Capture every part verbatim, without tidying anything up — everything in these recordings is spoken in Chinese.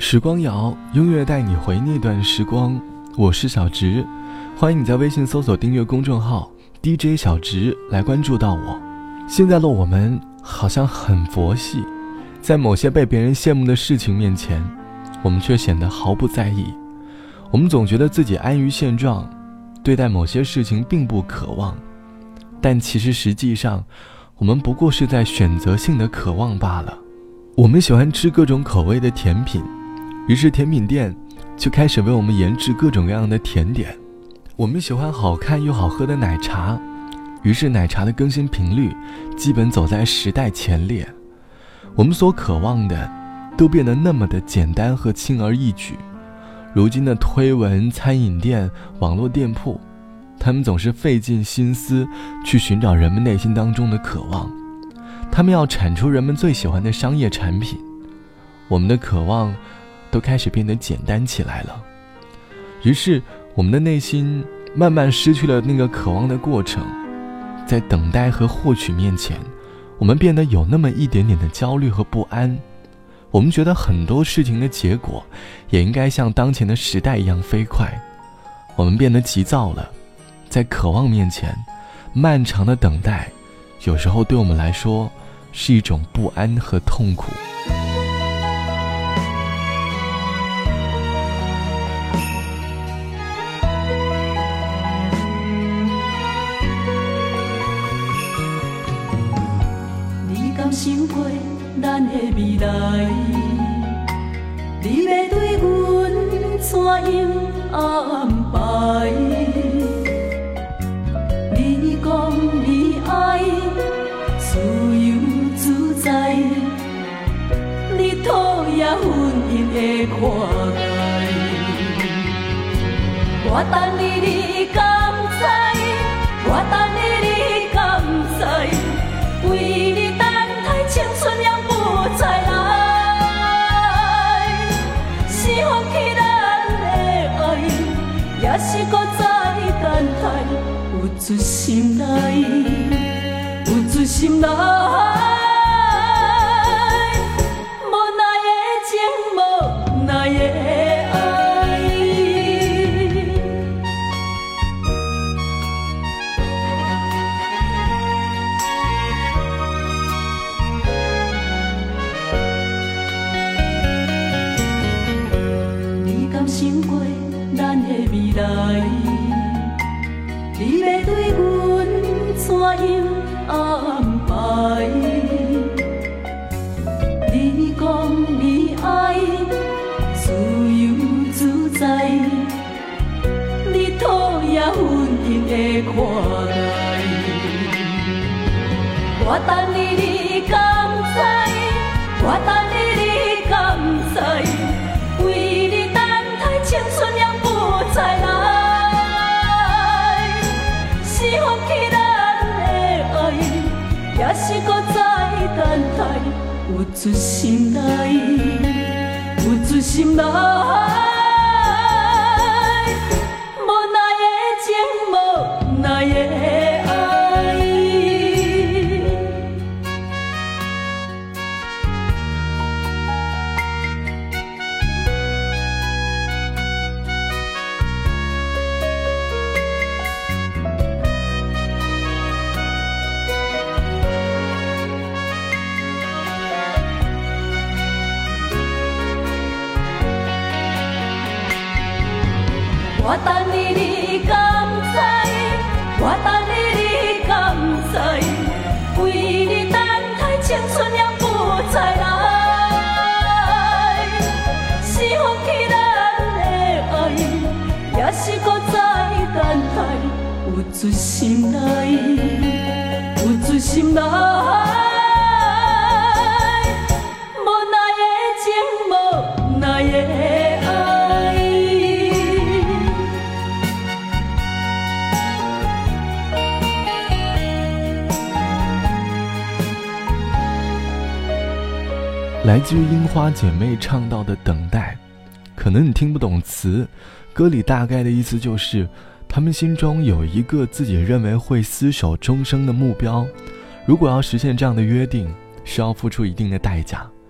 时光谣，音乐带你回那段时光。我是小直，欢迎你在微信搜索订阅公众号 D J 小直来关注到我。现在的我们好像很佛系，在某些被别人羡慕的事情面前，我们却显得毫不在意。我们总觉得自己安于现状，对待某些事情并不渴望，但其实实际上我们不过是在选择性的渴望罢了。我们喜欢吃各种口味的甜品，于是甜品店就开始为我们研制各种各样的甜点。我们喜欢好看又好喝的奶茶，于是奶茶的更新频率基本走在时代前列。我们所渴望的都变得那么的简单和轻而易举。如今的推文、餐饮店、网络店铺，他们总是费尽心思去寻找人们内心当中的渴望，他们要产出人们最喜欢的商业产品。我们的渴望都开始变得简单起来了，于是我们的内心慢慢失去了那个渴望的过程。在等待和获取面前，我们变得有那么一点点的焦虑和不安。我们觉得很多事情的结果也应该像当前的时代一样飞快，我们变得急躁了。在渴望面前，漫长的等待有时候对我们来说是一种不安和痛苦。 想过咱的未来，你要对阮怎样安排？你讲你爱自由自在，你讨厌婚姻的看待。我等你，你敢知？我等你，你敢知？为你青春永不再来，是放弃咱的爱，也是搁再等待，有出心内，有出心内，无奈的情，无奈的爱。想过咱的未来，你要对阮怎样安排？你讲你爱自由自在，你讨厌婚姻的看待。我等你，你敢知？我等你，你敢知？青春永不再来，是放弃咱的爱，也是搁再等待，有出心内，有出心内，无奈的情，无奈的爱。我等你，你敢知？我等你，你敢知？为你等待，青春永不再来，是放弃咱的爱，也是搁再等待，有出心内，有出心内。 来自于樱花姐妹唱到的等待，可能你听不懂词，歌里大概的意思就是他们心中有一个自己认为会厮守终生的目标，如果要实现这样的约定，需要付出一定的代价。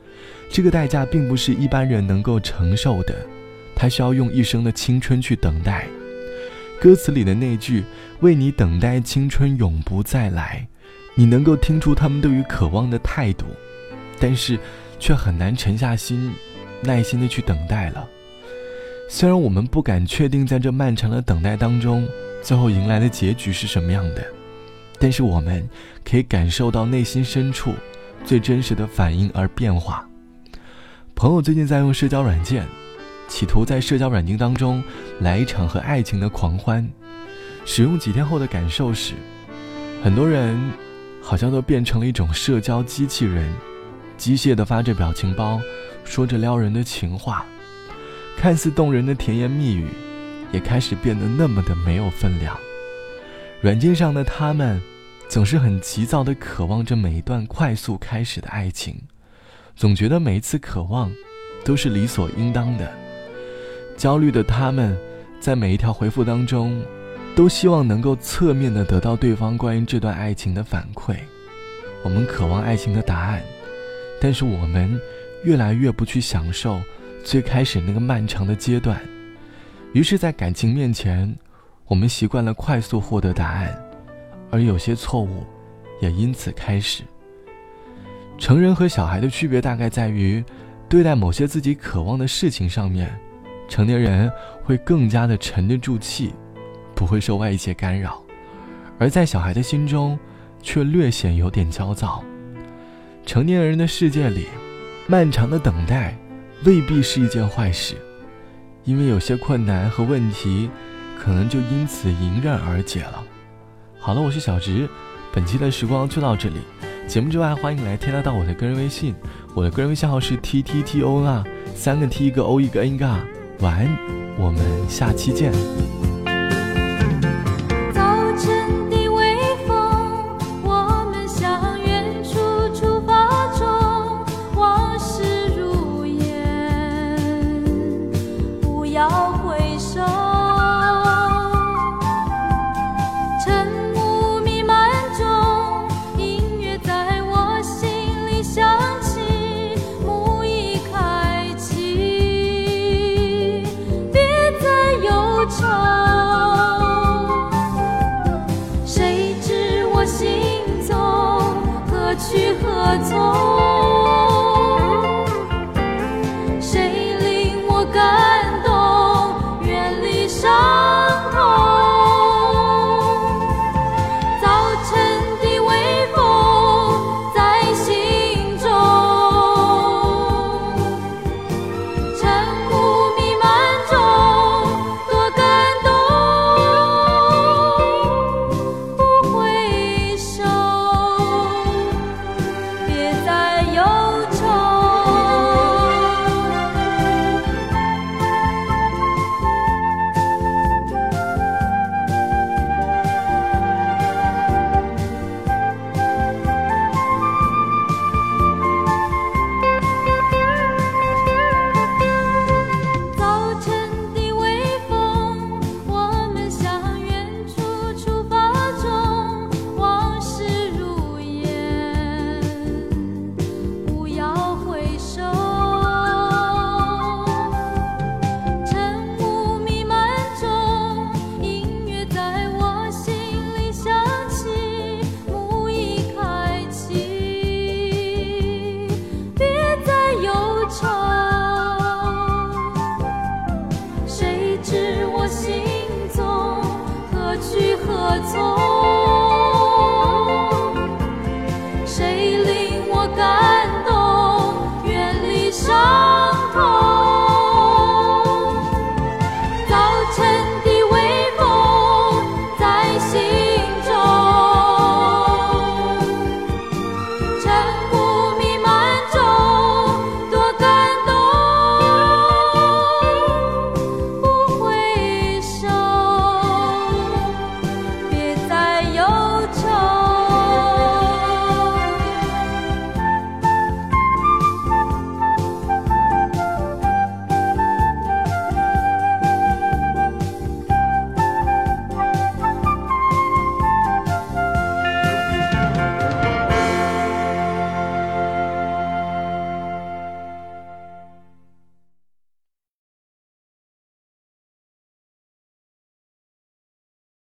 这个代价并不是一般人能够承受的，他需要用一生的青春去等待。歌词里的那句为你等待青春永不再来，你能够听出他们对于渴望的态度，但是却很难沉下心耐心的去等待了。虽然我们不敢确定在这漫长的等待当中最后迎来的结局是什么样的，但是我们可以感受到内心深处最真实的反应而变化。朋友最近在用社交软件，企图在社交软件当中来一场和爱情的狂欢。使用几天后的感受是，很多人好像都变成了一种社交机器人，机械地发着表情包，说着撩人的情话，看似动人的甜言蜜语也开始变得那么的没有分量。软件上的他们总是很急躁地渴望着每一段快速开始的爱情，总觉得每一次渴望都是理所应当的。焦虑的他们在每一条回复当中都希望能够侧面地得到对方关于这段爱情的反馈。我们渴望爱情的答案，但是我们越来越不去享受最开始那个漫长的阶段。于是在感情面前，我们习惯了快速获得答案，而有些错误也因此开始。成人和小孩的区别大概在于，对待某些自己渴望的事情上面，成年人会更加的沉得住气，不会受外界干扰，而在小孩的心中却略显有点焦躁。成年人的世界里，漫长的等待未必是一件坏事，因为有些困难和问题可能就因此迎刃而解了。好了，我是小直，本期的时光就到这里。节目之外，欢迎来添加到我的个人微信，我的个人微信号是 T T T O N 啊，三个 T 一个 O 一个 N 一个 A。晚安，我们下期见。 早晨的微风，我们向远处出发中，往事如烟，不要回首。晨雾弥漫中，音乐在我心里响起，幕已开启，别再忧愁。谁知我心中何去何从？